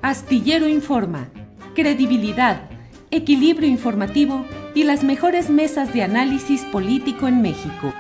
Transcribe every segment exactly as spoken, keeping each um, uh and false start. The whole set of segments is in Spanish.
Astillero Informa, credibilidad, equilibrio informativo y las mejores mesas de análisis político en México.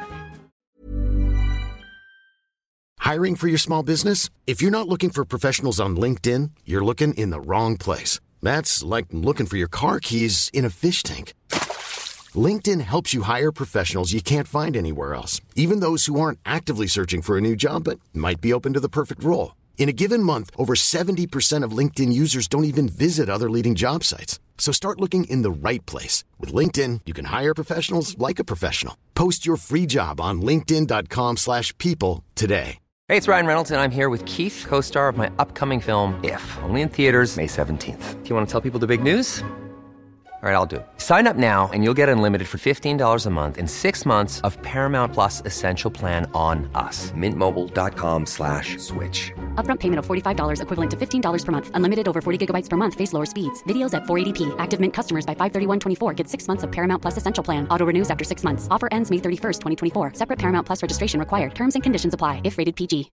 Hiring for your small business? If you're not looking for professionals on LinkedIn, you're looking in the wrong place. That's like looking for your car keys in a fish tank. LinkedIn helps you hire professionals you can't find anywhere else, even those who aren't actively searching for a new job but might be open to the perfect role. In a given month, over seventy percent of LinkedIn users don't even visit other leading job sites. So start looking in the right place. With LinkedIn, you can hire professionals like a professional. Post your free job on linkedin.com slash people today. Hey, it's Ryan Reynolds, and I'm here with Keith, co-star of my upcoming film, If, only in theaters May seventeenth. Do you want to tell people the big news? All right, I'll do it. Sign up now and you'll get unlimited for fifteen dollars a month and six months of Paramount Plus Essential Plan on us. Mint Mobile dot com slash switch. Upfront payment of forty-five dollars equivalent to fifteen dollars per month. Unlimited over forty gigabytes per month. Face lower speeds. Videos at four eighty p. Active Mint customers by five thirty-one twenty-four get six months of Paramount Plus Essential Plan. Auto renews after six months. Offer ends May thirty-first, twenty twenty-four. Separate Paramount Plus registration required. Terms and conditions apply if rated P G.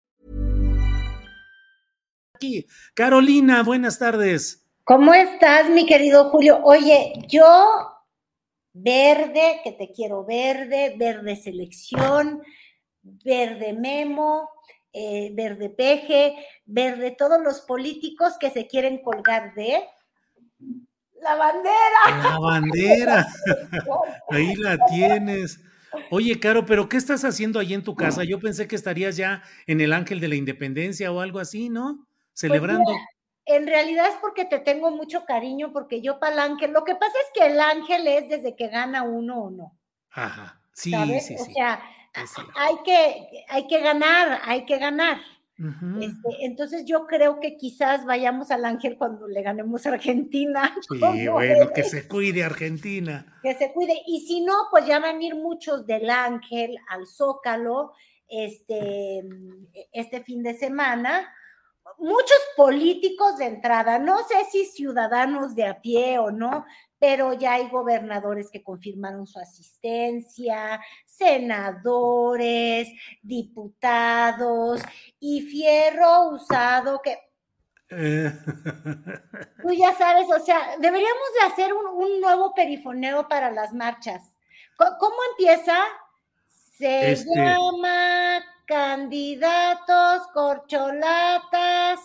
Aquí. Carolina, buenas tardes. ¿Cómo estás, mi querido Julio? Oye, yo, verde, que te quiero verde, verde selección, verde Memo, eh, verde Peje, verde todos los políticos que se quieren colgar de la bandera. La bandera. Ahí la tienes. Oye, Caro, ¿pero qué estás haciendo ahí en tu casa? Yo pensé que estarías ya en el Ángel de la Independencia o algo así, ¿no? Celebrando. Pues mira, en realidad es porque te tengo mucho cariño, porque yo para el ángel, lo que pasa es que el ángel es desde que gana uno o no. Ajá, sí, ¿sabes? sí, O sí. sea, Es cierto. hay que, hay que ganar, hay que ganar. Ujú. Este, entonces yo creo que quizás vayamos al ángel cuando le ganemos a Argentina. Sí, como bueno, es, que se cuide Argentina. que se cuide. Y si no, pues ya van a ir muchos del ángel al Zócalo este, este fin de semana. Muchos políticos de entrada, no sé si ciudadanos de a pie o no, pero ya hay gobernadores que confirmaron su asistencia, senadores, diputados y fierro usado que Eh, tú ya sabes, o sea, deberíamos de hacer un, un nuevo perifoneo para las marchas. ¿Cómo, cómo empieza? Se Este. llama candidatos, corcholatas,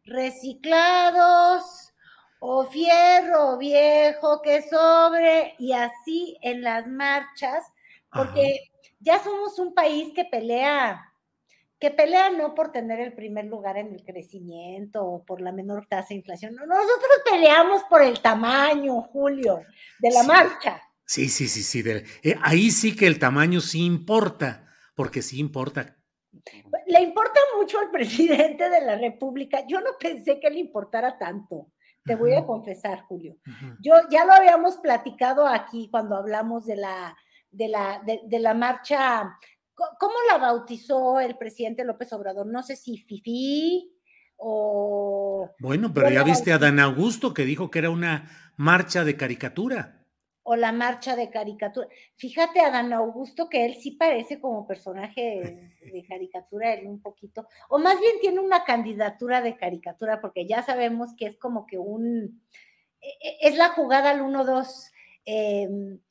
reciclados o fierro viejo que sobre, y así en las marchas, porque Ajá. ya somos un país que pelea, que pelea no por tener el primer lugar en el crecimiento o por la menor tasa de inflación, no, nosotros peleamos por el tamaño, Julio, de la Sí. marcha. Sí, sí, sí, sí. de- eh, ahí sí que el tamaño sí importa, porque sí importa. Le importa mucho al presidente de la República. Yo no pensé que le importara tanto, te voy a Ujú, confesar, Julio. ujú. Yo ya lo habíamos platicado aquí cuando hablamos de la, de la, de, de la marcha. ¿Cómo la bautizó el presidente López Obrador? No sé si fifí o... Bueno, yo pero ya la viste a bauticé, Dan Augusto que dijo que era una marcha de caricatura. o la marcha de caricatura. Fíjate, Adán Augusto, que él sí parece como personaje de caricatura, él un poquito, o más bien tiene una candidatura de caricatura, porque ya sabemos que es como que un, es la jugada al uno dos. Eh,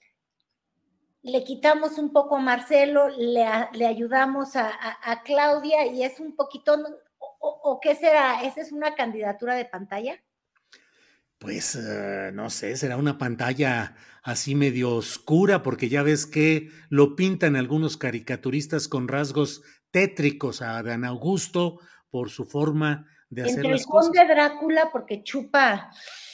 le quitamos un poco a Marcelo, le, a, le ayudamos a, a, a, Claudia, y es un poquito, o, o, o ¿qué será? ¿Esa es una candidatura de pantalla? Pues uh, no sé, será una pantalla así medio oscura, porque ya ves que lo pintan algunos caricaturistas con rasgos tétricos a Dan Augusto por su forma de hacer Entre el las cosas. conde Drácula, porque chupa,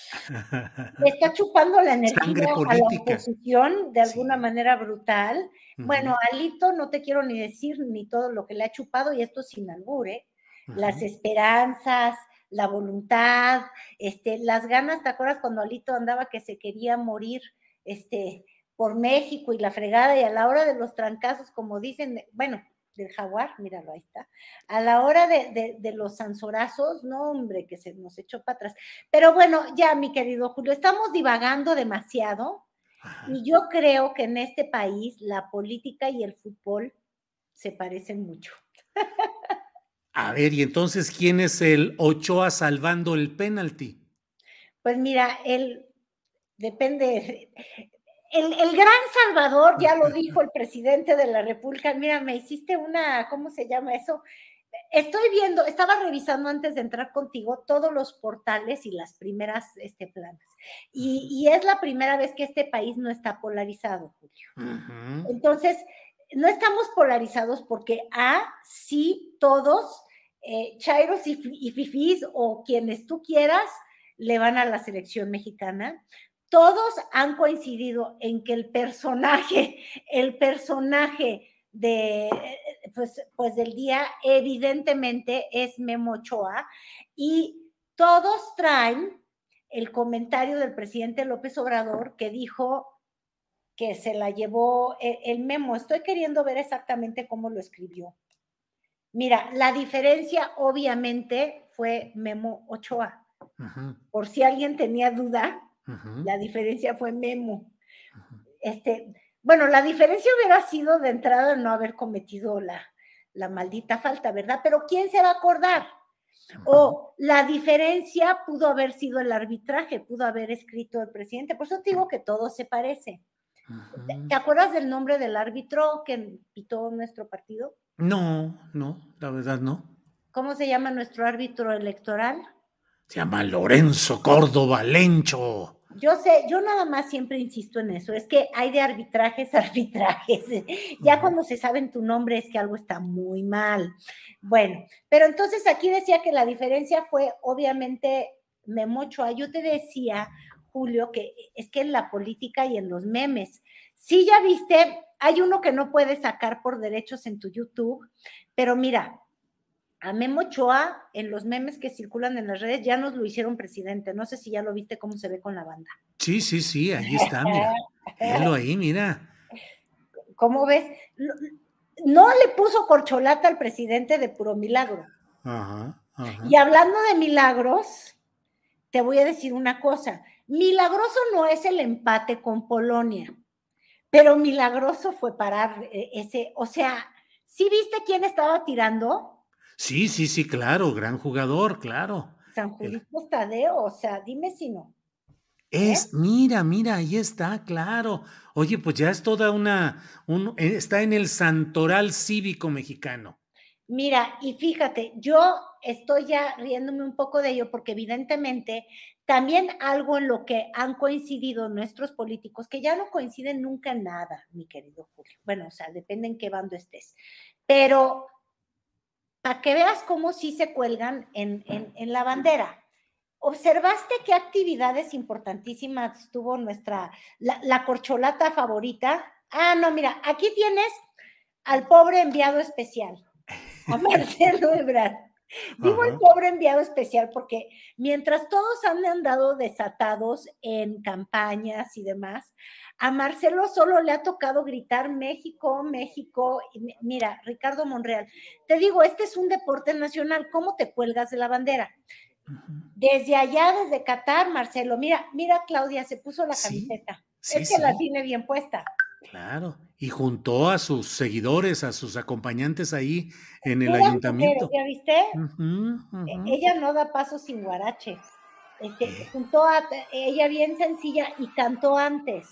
le está chupando la energía Sangre a la política. oposición de alguna Sí. manera brutal. Ujú. Bueno, Alito no te quiero ni decir ni todo lo que le ha chupado, y esto sin albur, ¿eh? Ujú. Las esperanzas, la voluntad, este, las ganas. ¿Te acuerdas cuando Alito andaba que se quería morir este, por México y la fregada, y a la hora de los trancazos, como dicen, bueno, del jaguar, míralo, ahí está, a la hora de, de, de los zanzorazos, no, hombre, que se nos echó para atrás. Pero bueno, ya, mi querido Julio, estamos divagando demasiado. Ajá. Y yo creo que en este país la política y el fútbol se parecen mucho. A ver, y entonces, ¿quién es el Ochoa salvando el penalti? Pues mira, él depende. El, el gran salvador, ya lo dijo el presidente de la República. Mira, me hiciste una, ¿cómo se llama eso? Estoy viendo, estaba revisando antes de entrar contigo todos los portales y las primeras este, planas. Y, y es la primera vez que este país no está polarizado, Julio. Uh-huh. Entonces, no estamos polarizados porque A, sí, todos, eh, chairos y, y fifís o quienes tú quieras, le van a la selección mexicana. Todos han coincidido en que el personaje, el personaje de, pues, pues del día evidentemente es Memo Ochoa, y todos traen el comentario del presidente López Obrador que dijo que se la llevó el, el Memo. Estoy queriendo ver exactamente cómo lo escribió. Mira, la diferencia obviamente fue Memo Ochoa. Uh-huh. Por si alguien tenía duda, uh-huh. La diferencia fue Memo. Uh-huh. Este, bueno, la diferencia hubiera sido de entrada no haber cometido la, la maldita falta, ¿verdad? Pero ¿quién se va a acordar? Uh-huh. O la diferencia pudo haber sido el arbitraje, pudo haber escrito el presidente. Por eso te digo que todo se parece. Uh-huh. ¿Te, ¿Te acuerdas del nombre del árbitro que pitó nuestro partido? No, no, la verdad no. ¿Cómo se llama nuestro árbitro electoral? Se llama Lorenzo Córdoba Lencho. Yo sé, yo nada más siempre insisto en eso, es que hay de arbitrajes, arbitrajes. Ya uh-huh. Cuando se sabe tu nombre es que algo está muy mal. Bueno, pero entonces aquí decía que la diferencia fue obviamente Memo Ochoa. Yo te decía, Julio, que es que en la política y en los memes, sí ya viste, hay uno que no puedes sacar por derechos en tu YouTube, pero mira, a Memo Ochoa, en los memes que circulan en las redes, ya nos lo hicieron presidente. No sé si ya lo viste cómo se ve con la banda. Sí, sí, sí, ahí está, mira. Véalo ahí, mira. ¿Cómo ves? No le puso corcholata al presidente de puro milagro. Ajá, ajá. Y hablando de milagros, te voy a decir una cosa. Milagroso no es el empate con Polonia, pero milagroso fue parar ese, o sea, ¿sí viste quién estaba tirando? Sí, sí, sí, claro, gran jugador, claro. San Julito Tadeo, o sea, dime si no. Es, ¿eh? mira, mira, ahí está, claro. Oye, pues ya es toda una, un, está en el santoral cívico mexicano. Mira, y fíjate, yo estoy ya riéndome un poco de ello porque evidentemente también algo en lo que han coincidido nuestros políticos, que ya no coinciden nunca en nada, mi querido Julio. Bueno, o sea, depende en qué bando estés. Pero para que veas cómo sí se cuelgan en, en, en la bandera. ¿Observaste qué actividades importantísimas tuvo nuestra, la, la corcholata favorita? Ah, no, mira, aquí tienes al pobre enviado especial, a Marcelo Ebrard. Digo el pobre enviado especial porque mientras todos han andado desatados en campañas y demás, a Marcelo solo le ha tocado gritar México, México. Y mira, Ricardo Monreal, te digo, este es un deporte nacional, ¿cómo te cuelgas de la bandera? Uh-huh. Desde allá, desde Qatar, Marcelo, mira, mira Claudia, se puso la ¿Sí? camiseta, sí, es que sí. La tiene bien puesta. Claro, y juntó a sus seguidores, a sus acompañantes ahí en el ayuntamiento. ¿Ya viste? Uh-huh, uh-huh. Ella no da paso sin guarache. Este, eh. Juntó a ella bien sencilla y cantó antes.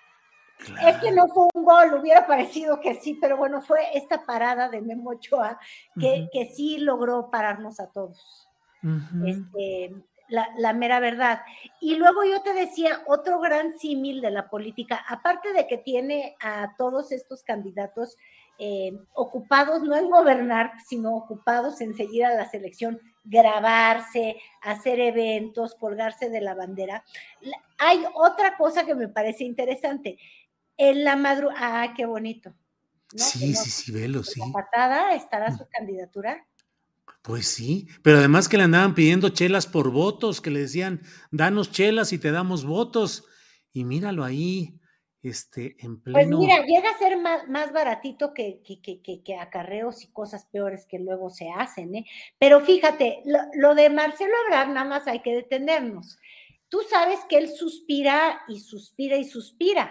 Claro. Es que no fue un gol, hubiera parecido que sí, pero bueno, fue esta parada de Memo Ochoa que, uh-huh. que sí logró pararnos a todos. Uh-huh. Este, la, la mera verdad. Y luego yo te decía, otro gran símil de la política, aparte de que tiene a todos estos candidatos eh, ocupados no en gobernar, sino ocupados en seguir a la selección, grabarse, hacer eventos, colgarse de la bandera. Hay otra cosa que me parece interesante. En la madrugada, ah, qué bonito. ¿no? Sí, sí, sí, velo, sí. La patada estará su candidatura. Pues sí, pero además que le andaban pidiendo chelas por votos, que le decían, danos chelas y te damos votos. Y míralo ahí, este, en pleno... Pues mira, llega a ser más, más baratito que, que, que, que, que acarreos y cosas peores que luego se hacen, ¿eh? Pero fíjate, lo, lo de Marcelo Ebrard nada más hay que detenernos. Tú sabes que él suspira y suspira y suspira.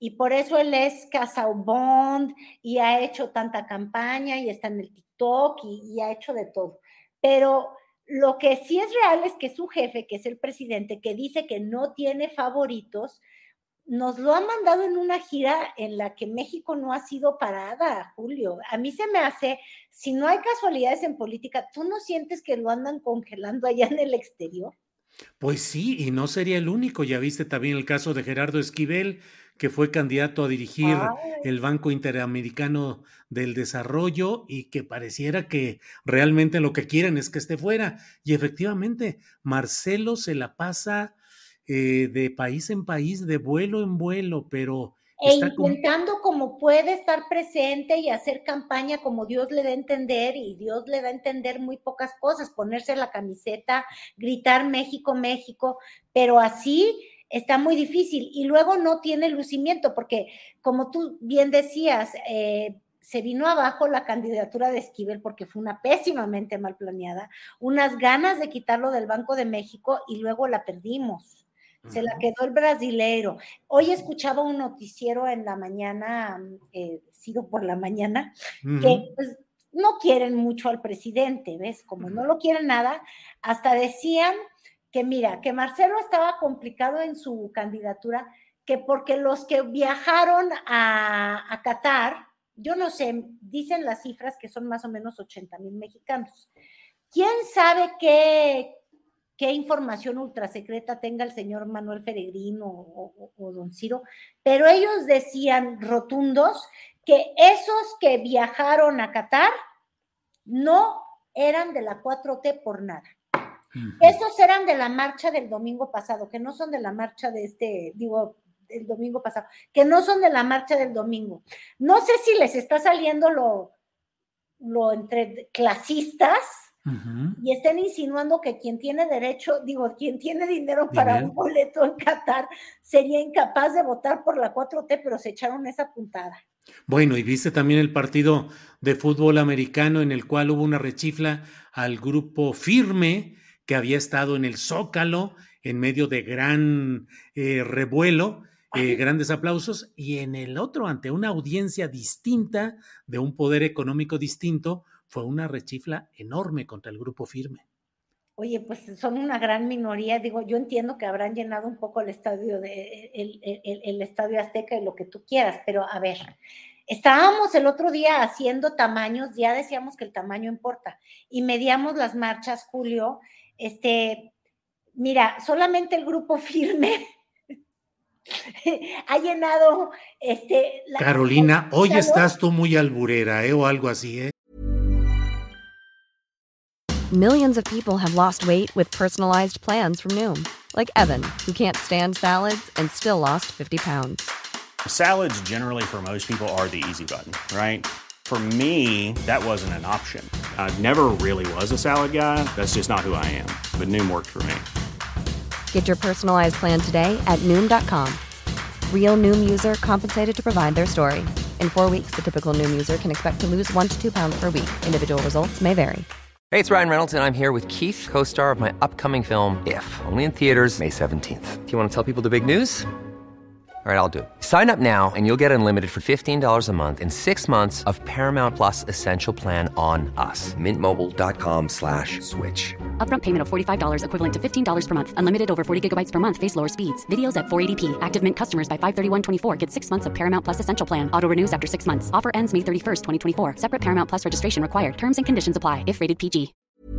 y por eso él es Casaubon y ha hecho tanta campaña y está en el TikTok y, y ha hecho de todo. Pero lo que sí es real es que su jefe, que es el presidente, que dice que no tiene favoritos, nos lo ha mandado en una gira en la que México no ha sido parada, Julio. A mí se me hace, si no hay casualidades en política, ¿tú no sientes que lo andan congelando allá en el exterior? Pues sí, y no sería el único. Ya viste también el caso de Gerardo Esquivel, que fue candidato a dirigir Ay. el Banco Interamericano del Desarrollo y que pareciera que realmente lo que quieren es que esté fuera. Y efectivamente, Marcelo se la pasa eh, de país en país, de vuelo en vuelo, pero E está como... intentando como puede estar presente y hacer campaña como Dios le da a entender, y Dios le da a entender muy pocas cosas, ponerse la camiseta, gritar México, México, pero así está muy difícil. Y luego no tiene lucimiento, porque como tú bien decías, eh, se vino abajo la candidatura de Esquivel porque fue una pésimamente mal planeada, unas ganas de quitarlo del Banco de México y luego la perdimos. Se la quedó el brasileiro. Hoy escuchaba un noticiero en la mañana, eh, sido por la mañana, Uh-huh. que pues, no quieren mucho al presidente, ¿ves? Como no lo quieren nada, hasta decían que mira, que Marcelo estaba complicado en su candidatura, que porque los que viajaron a, a Qatar, yo no sé, dicen las cifras que son más o menos ochenta mil mexicanos. ¿Quién sabe qué, qué información ultrasecreta tenga el señor Manuel Peregrino o, o, o don Ciro? Pero ellos decían rotundos que esos que viajaron a Qatar no eran de la cuatro T por nada. Uh-huh. Esos eran de la marcha del domingo pasado, que no son de la marcha de este, digo, el domingo pasado, que no son de la marcha del domingo. No sé si les está saliendo lo, lo entre clasistas, uh-huh, y estén insinuando que quien tiene derecho, digo, quien tiene dinero para ¿Dinero? un boleto en Qatar sería incapaz de votar por la cuatro T, pero se echaron esa puntada. Bueno, y viste también el partido de fútbol americano en el cual hubo una rechifla al Grupo Firme, que había estado en el Zócalo en medio de gran eh, revuelo, eh, grandes aplausos, y en el otro, ante una audiencia distinta, de un poder económico distinto, fue una rechifla enorme contra el Grupo Firme. Oye, pues son una gran minoría, digo, yo entiendo que habrán llenado un poco el estadio de el, el, el Estadio Azteca y lo que tú quieras, pero a ver, estábamos el otro día haciendo tamaños, ya decíamos que el tamaño importa, y medíamos las marchas, Julio, este, mira, solamente el Grupo Firme ha llenado, este... La, Carolina, hoy la, estás tú muy alburera, ¿eh? O algo así, ¿eh? Millions of people have lost weight with personalized plans from Noom, like Evan, who can't stand salads and still lost fifty pounds. Salads generally for most people are the easy button, right? For me, that wasn't an option. I never really was a salad guy. That's just not who I am. But Noom worked for me. Get your personalized plan today at Noom dot com. Real Noom user compensated to provide their story. In four weeks, the typical Noom user can expect to lose one to two pounds per week. Individual results may vary. Hey, it's Ryan Reynolds, and I'm here with Keith, co-star of my upcoming film, If, only in theaters May seventeenth. Do you want to tell people the big news? All right, I'll do it. Sign up now and you'll get unlimited for fifteen dollars a month and six months of Paramount Plus Essential Plan on us. Mint Mobile dot com slash switch. Upfront payment of forty-five dollars equivalent to fifteen dollars per month. Unlimited over forty gigabytes per month. Face lower speeds. Videos at four eighty p. Active Mint customers by five thirty-one twenty-four get six months of Paramount Plus Essential Plan. Auto renews after six months. Offer ends May thirty-first, twenty twenty-four. Separate Paramount Plus registration required. Terms and conditions apply if rated P G.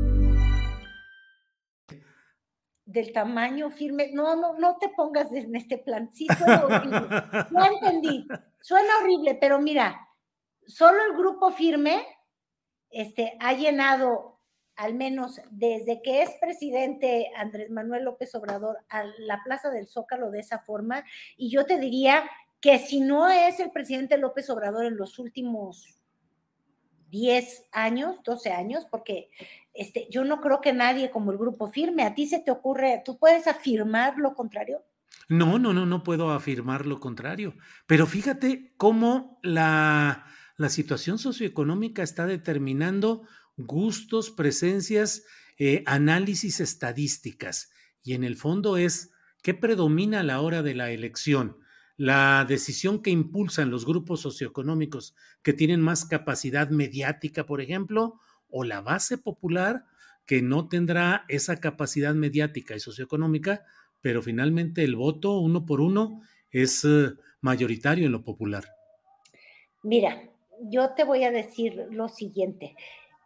Del tamaño Firme, no, no, no te pongas en este plan, sí suena horrible, no entendí, suena horrible, pero mira, solo el Grupo Firme este, ha llenado, al menos desde que es presidente Andrés Manuel López Obrador, a la Plaza del Zócalo de esa forma, y yo te diría que si no es el presidente López Obrador en los últimos diez años, doce años, porque este, yo no creo que nadie como el Grupo Firme. ¿A ti se te ocurre, tú puedes afirmar lo contrario? No, no, no, no puedo afirmar lo contrario. Pero fíjate cómo la, la situación socioeconómica está determinando gustos, presencias, eh, análisis estadísticas. Y en el fondo es, ¿qué predomina a la hora de la elección? la decisión que impulsan los grupos socioeconómicos que tienen más capacidad mediática, por ejemplo, o la base popular que no tendrá esa capacidad mediática y socioeconómica, pero finalmente el voto uno por uno es uh, mayoritario en lo popular. Mira, yo te voy a decir lo siguiente.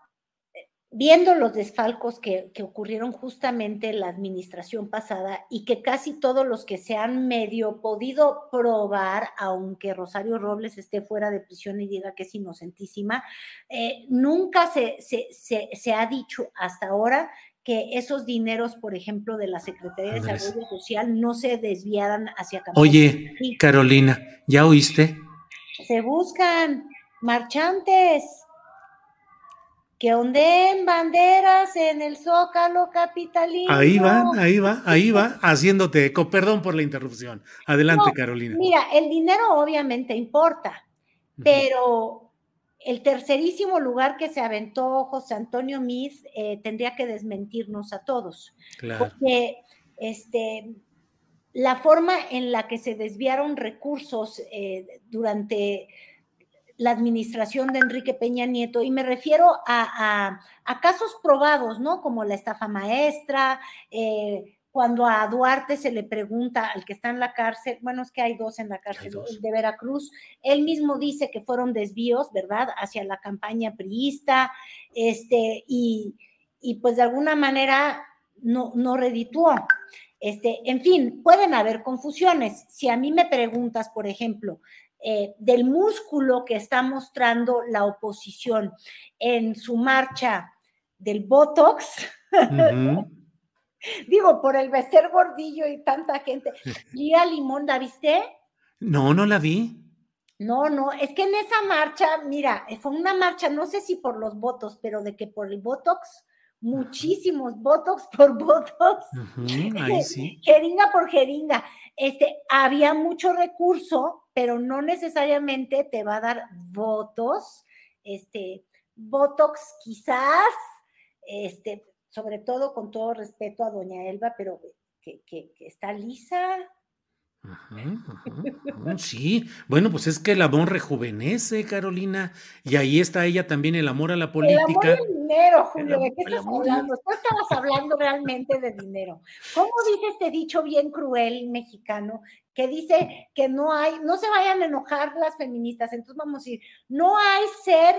Viendo los desfalcos que, que ocurrieron justamente en la administración pasada y que casi todos los que se han medio podido probar, aunque Rosario Robles esté fuera de prisión y diga que es inocentísima, eh, nunca se, se, se, se ha dicho hasta ahora que esos dineros, por ejemplo, de la Secretaría de Andrés. Desarrollo Social no se desviaran hacia campañas. Oye, Sí. Carolina, ¿ya oíste? Se buscan marchantes que ondeen banderas en el Zócalo capitalino. Ahí van, ahí va, ahí va, haciéndote eco. Perdón por la interrupción. Adelante, No, Carolina. mira, el dinero obviamente importa, Ujú. pero el tercerísimo lugar que se aventó José Antonio Meade eh, tendría que desmentirnos a todos. Claro. Porque este, la forma en la que se desviaron recursos eh, durante la administración de Enrique Peña Nieto, y me refiero a, a, a casos probados, ¿no? Como la estafa maestra, eh, cuando a Duarte se le pregunta al que está en la cárcel, bueno, es que hay dos en la cárcel, el de Veracruz, él mismo dice que fueron desvíos, ¿verdad?, hacia la campaña priista, este, y, y pues de alguna manera no, no redituó. Este, en fin, pueden haber confusiones. Si a mí me preguntas, por ejemplo, Eh, del músculo que está mostrando la oposición en su marcha del Botox, uh-huh. Digo, por el Bester Gordillo y tanta gente. Lía Limón, ¿la viste? No, no la vi. No, no, es que en esa marcha, mira, fue una marcha, no sé si por los votos, pero de que por el Botox, muchísimos uh-huh. Botox por Botox, uh-huh, ahí sí. Jeringa por jeringa. Este, había mucho recurso, pero no necesariamente te va a dar votos, este, Botox quizás, este, sobre todo con todo respeto a doña Elba, pero que, que, que está lisa. Uh-huh, uh-huh, uh-huh. Sí, bueno, pues es que el amor rejuvenece, Carolina, y ahí está ella también, el amor a la política. El amor y el dinero, Julio, el, ¿de qué estás hablando? Tú estabas hablando realmente de dinero. ¿Cómo dice este dicho bien cruel mexicano que dice que no hay, no se vayan a enojar las feministas? Entonces vamos a decir, no hay ser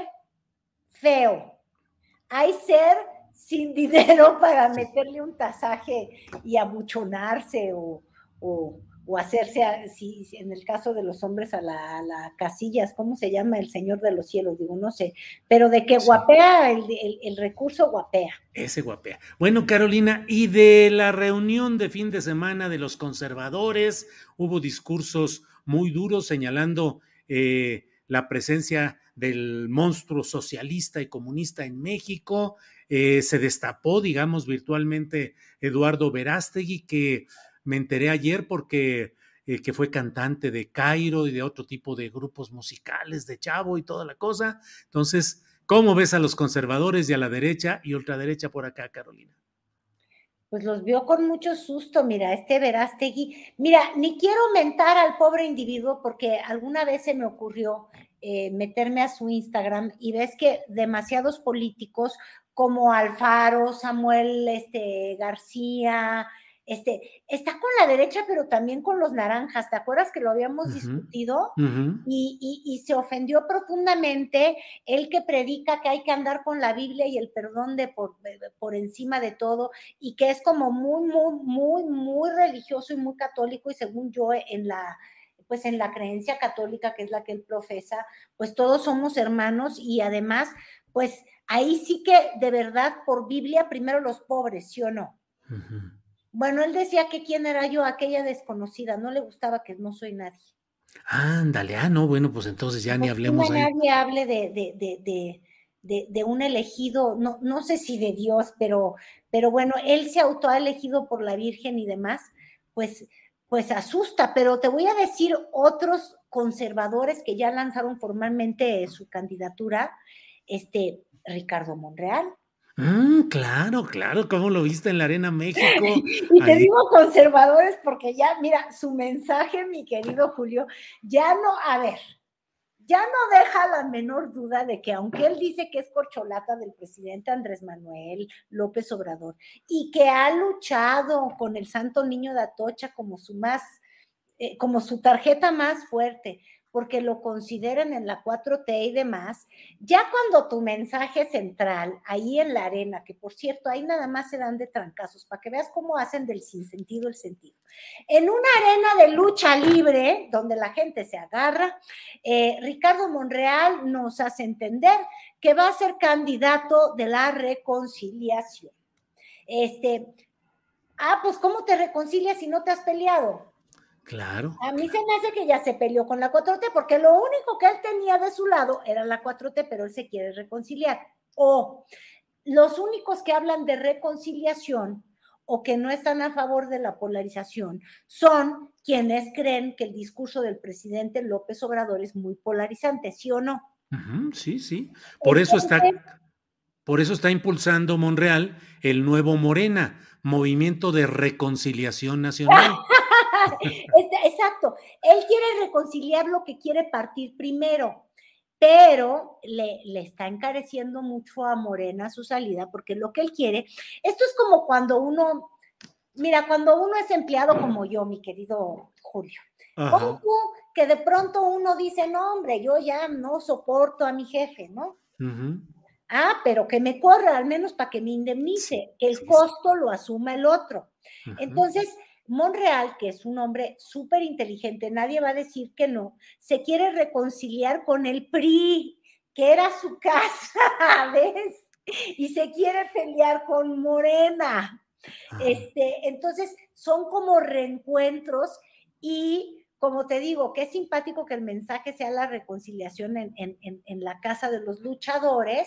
feo, hay ser sin dinero para meterle un tasaje y abuchonarse o, o o hacerse, a, si, en el caso de los hombres, a la, a la Casillas, ¿cómo se llama? El Señor de los Cielos, digo, no sé, pero de que sí. guapea, el, el, el recurso guapea. Ese guapea. Bueno, Carolina, y de la reunión de fin de semana de los conservadores, hubo discursos muy duros señalando eh, la presencia del monstruo socialista y comunista en México, eh, se destapó, digamos, virtualmente Eduardo Verástegui, que me enteré ayer porque eh, que fue cantante de Cairo y de otro tipo de grupos musicales, de Chavo y toda la cosa. Entonces, ¿cómo ves a los conservadores y a la derecha y ultraderecha por acá, Carolina? Pues los vio con mucho susto, mira, este Verástegui. Mira, ni quiero mentar al pobre individuo porque alguna vez se me ocurrió eh, meterme a su Instagram y ves que demasiados políticos como Alfaro, Samuel este, García, Este, está con la derecha, pero también con los naranjas. ¿Te acuerdas que lo habíamos uh-huh, discutido? Uh-huh. Y, y, y se ofendió profundamente el que predica que hay que andar con la Biblia y el perdón de por, por encima de todo, y que es como muy, muy, muy, muy religioso y muy católico, y según yo, en la, pues en la creencia católica, que es la que él profesa, pues todos somos hermanos, y además, pues ahí sí que, de verdad, por Biblia, primero los pobres, ¿sí o no? Uh-huh. Bueno, él decía que quién era yo, aquella desconocida, no le gustaba que no soy nadie. Ándale, ah, no, bueno, pues entonces ya no ni hablemos ahí. Nadie hable de, de, de, de, de, de un elegido, no, no sé si de Dios, pero, pero bueno, él se autoelegido por la Virgen y demás, pues, pues asusta, pero te voy a decir otros conservadores que ya lanzaron formalmente su candidatura, este, Ricardo Monreal. Mm, claro, claro, ¿cómo lo viste en la Arena México? Y te Allí. digo conservadores porque ya, mira, su mensaje, mi querido Julio, ya no, a ver, ya no deja la menor duda de que aunque él dice que es corcholata del presidente Andrés Manuel López Obrador y que ha luchado con el Santo Niño de Atocha como su más, eh, como su tarjeta más fuerte, porque lo consideran en la cuatro T y demás, ya cuando tu mensaje central, ahí en la arena, que por cierto, ahí nada más se dan de trancazos, para que veas cómo hacen del sinsentido el sentido. En una arena de lucha libre, donde la gente se agarra, eh, Ricardo Monreal nos hace entender que va a ser candidato de la reconciliación. Este, ah, pues ¿cómo te reconcilias si no te has peleado? Claro. A mí se me hace que ya se peleó con la cuatro T, porque lo único que él tenía de su lado era la cuatro T, pero él se quiere reconciliar. O los únicos que hablan de reconciliación o que no están a favor de la polarización son quienes creen que el discurso del presidente López Obrador es muy polarizante, ¿sí o no? Uh-huh, sí, sí. Por eso está, por eso está impulsando Monreal el nuevo Morena, Movimiento de Reconciliación Nacional. Exacto. Él quiere reconciliar lo que quiere partir primero, pero le, le está encareciendo mucho a Morena su salida, porque lo que él quiere, esto es como cuando uno, mira, cuando uno es empleado como yo, mi querido Julio, como tú, que de pronto uno dice, no, hombre, yo ya no soporto a mi jefe, ¿no? Uh-huh. Ah, pero que me corra, al menos para que me indemnice, sí, que el sí, costo sí. lo asuma el otro. Uh-huh. Entonces, Monreal, que es un hombre súper inteligente, nadie va a decir que no, se quiere reconciliar con el P R I, que era su casa, ¿ves? Y se quiere pelear con Morena. Uh-huh. Este, entonces, son como reencuentros y, como te digo, qué simpático que el mensaje sea la reconciliación en, en, en, en la casa de los luchadores,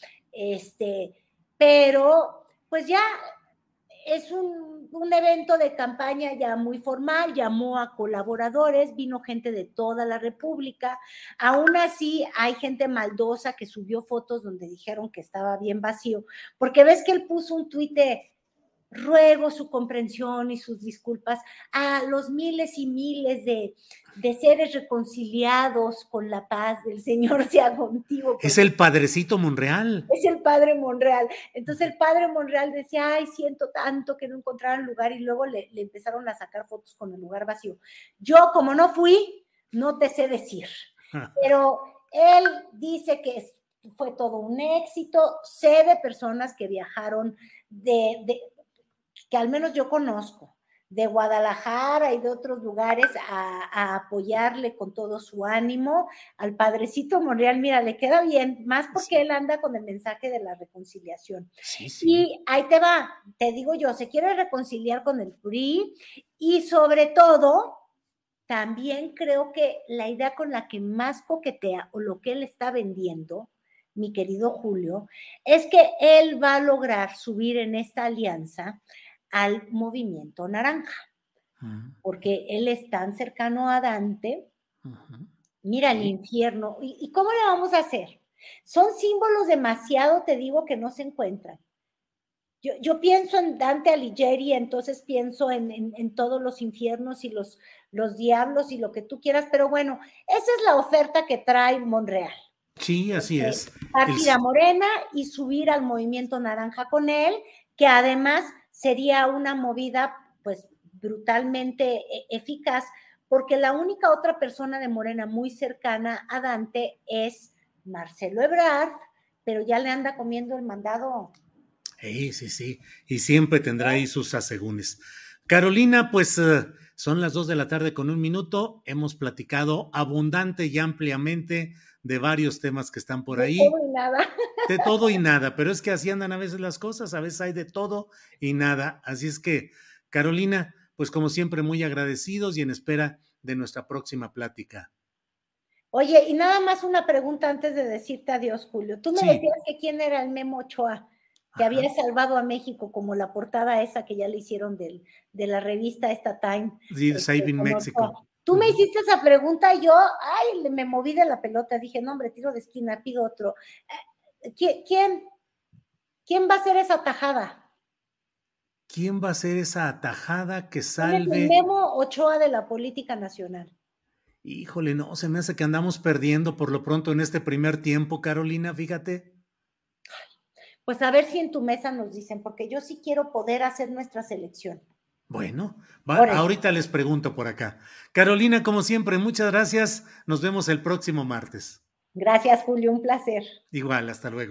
este, pero pues ya es un, un evento de campaña ya muy formal, llamó a colaboradores, vino gente de toda la República, aún así hay gente maldosa que subió fotos donde dijeron que estaba bien vacío, porque ves que él puso un tuit de ruego su comprensión y sus disculpas a los miles y miles de, de seres reconciliados con la paz del Señor sea contigo. Es el padrecito Monreal. Es el padre Monreal. Entonces el padre Monreal decía, ay, siento tanto que no encontraron lugar y luego le, le empezaron a sacar fotos con el lugar vacío. Yo, como no fui, no te sé decir. Pero él dice que fue todo un éxito. Sé de personas que viajaron de... de que al menos yo conozco, de Guadalajara y de otros lugares a, a apoyarle con todo su ánimo al padrecito Monreal. Mira, le queda bien, más porque sí. él anda con el mensaje de la reconciliación. Sí, sí. Y ahí te va, te digo yo, se quiere reconciliar con el P R I y sobre todo, también creo que la idea con la que más coquetea o lo que él está vendiendo, mi querido Julio, es que él va a lograr subir en esta alianza al movimiento naranja, uh-huh. porque él es tan cercano a Dante, uh-huh. mira el infierno, ¿Y, ¿y cómo le vamos a hacer? Son símbolos demasiado, te digo, que no se encuentran. Yo, yo pienso en Dante Alighieri, entonces pienso en, en, en todos los infiernos y los, los diablos y lo que tú quieras, pero bueno, esa es la oferta que trae Monreal. Sí, así este, es. Partir a Morena y subir al movimiento naranja con él, que además sería una movida pues brutalmente eficaz, porque la única otra persona de Morena muy cercana a Dante es Marcelo Ebrard, pero ya le anda comiendo el mandado. Sí, sí, sí, y siempre tendrá ahí sus asegúnes. Carolina, pues uh, son las dos de la tarde con un minuto, hemos platicado abundante y ampliamente de varios temas que están por ahí. De todo y nada. De todo y nada, pero es que así andan a veces las cosas, a veces hay de todo y nada. Así es que, Carolina, pues como siempre muy agradecidos y en espera de nuestra próxima plática. Oye, y nada más una pregunta antes de decirte adiós, Julio. Tú me sí. decías que quién era el Memo Ochoa, que Ajá. había salvado a México, como la portada esa que ya le hicieron del, de la revista esta Time. Sí, este, Saving Mexico. Tú me hiciste esa pregunta y yo, ay, me moví de la pelota, dije, no, hombre, tiro de esquina, pido otro. ¿Quién? ¿Quién va a hacer esa tajada? ¿Quién va a hacer esa atajada que salve? El Memo Ochoa de la política nacional. Híjole, no, se me hace que andamos perdiendo por lo pronto en este primer tiempo, Carolina, fíjate. Pues a ver si en tu mesa nos dicen, porque yo sí quiero poder hacer nuestra selección. Bueno, va, ahorita les pregunto por acá. Carolina, como siempre, muchas gracias. Nos vemos el próximo martes. Gracias, Julio, un placer. Igual, hasta luego.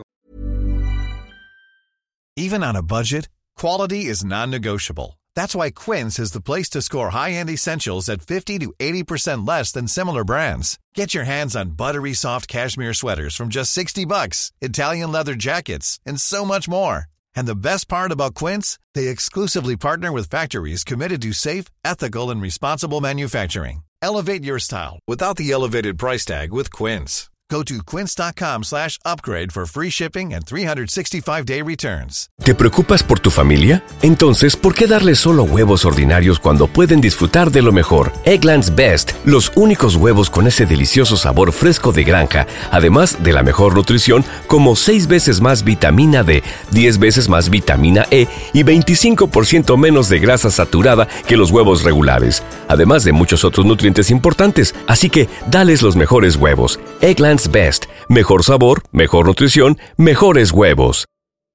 Even on a budget, quality is non-negotiable. That's why Quince is the place to score high-end essentials at fifty to eighty percent less than similar brands. Get your hands on buttery soft cashmere sweaters from just sixty bucks, Italian leather jackets, and so much more. And the best part about Quince, they exclusively partner with factories committed to safe, ethical, and responsible manufacturing. Elevate your style without the elevated price tag with Quince. Go to quince.com slash upgrade for free shipping and three sixty-five day returns. ¿Te preocupas por tu familia? Entonces, ¿por qué darles solo huevos ordinarios cuando pueden disfrutar de lo mejor? Eggland's Best, los únicos huevos con ese delicioso sabor fresco de granja, además de la mejor nutrición, como seis veces más vitamina D, diez veces más vitamina E y veinticinco por ciento menos de grasa saturada que los huevos regulares, además de muchos otros nutrientes importantes. Así que, dales los mejores huevos. Eggland's Best. Mejor sabor, mejor nutrición, mejores huevos.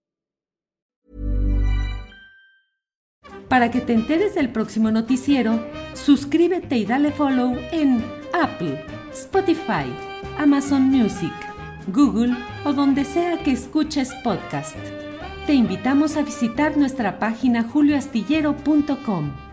Para que te enteres del próximo noticiero, suscríbete y dale follow en Apple, Spotify, Amazon Music, Google o donde sea que escuches podcast. Te invitamos a visitar nuestra página julio astillero punto com.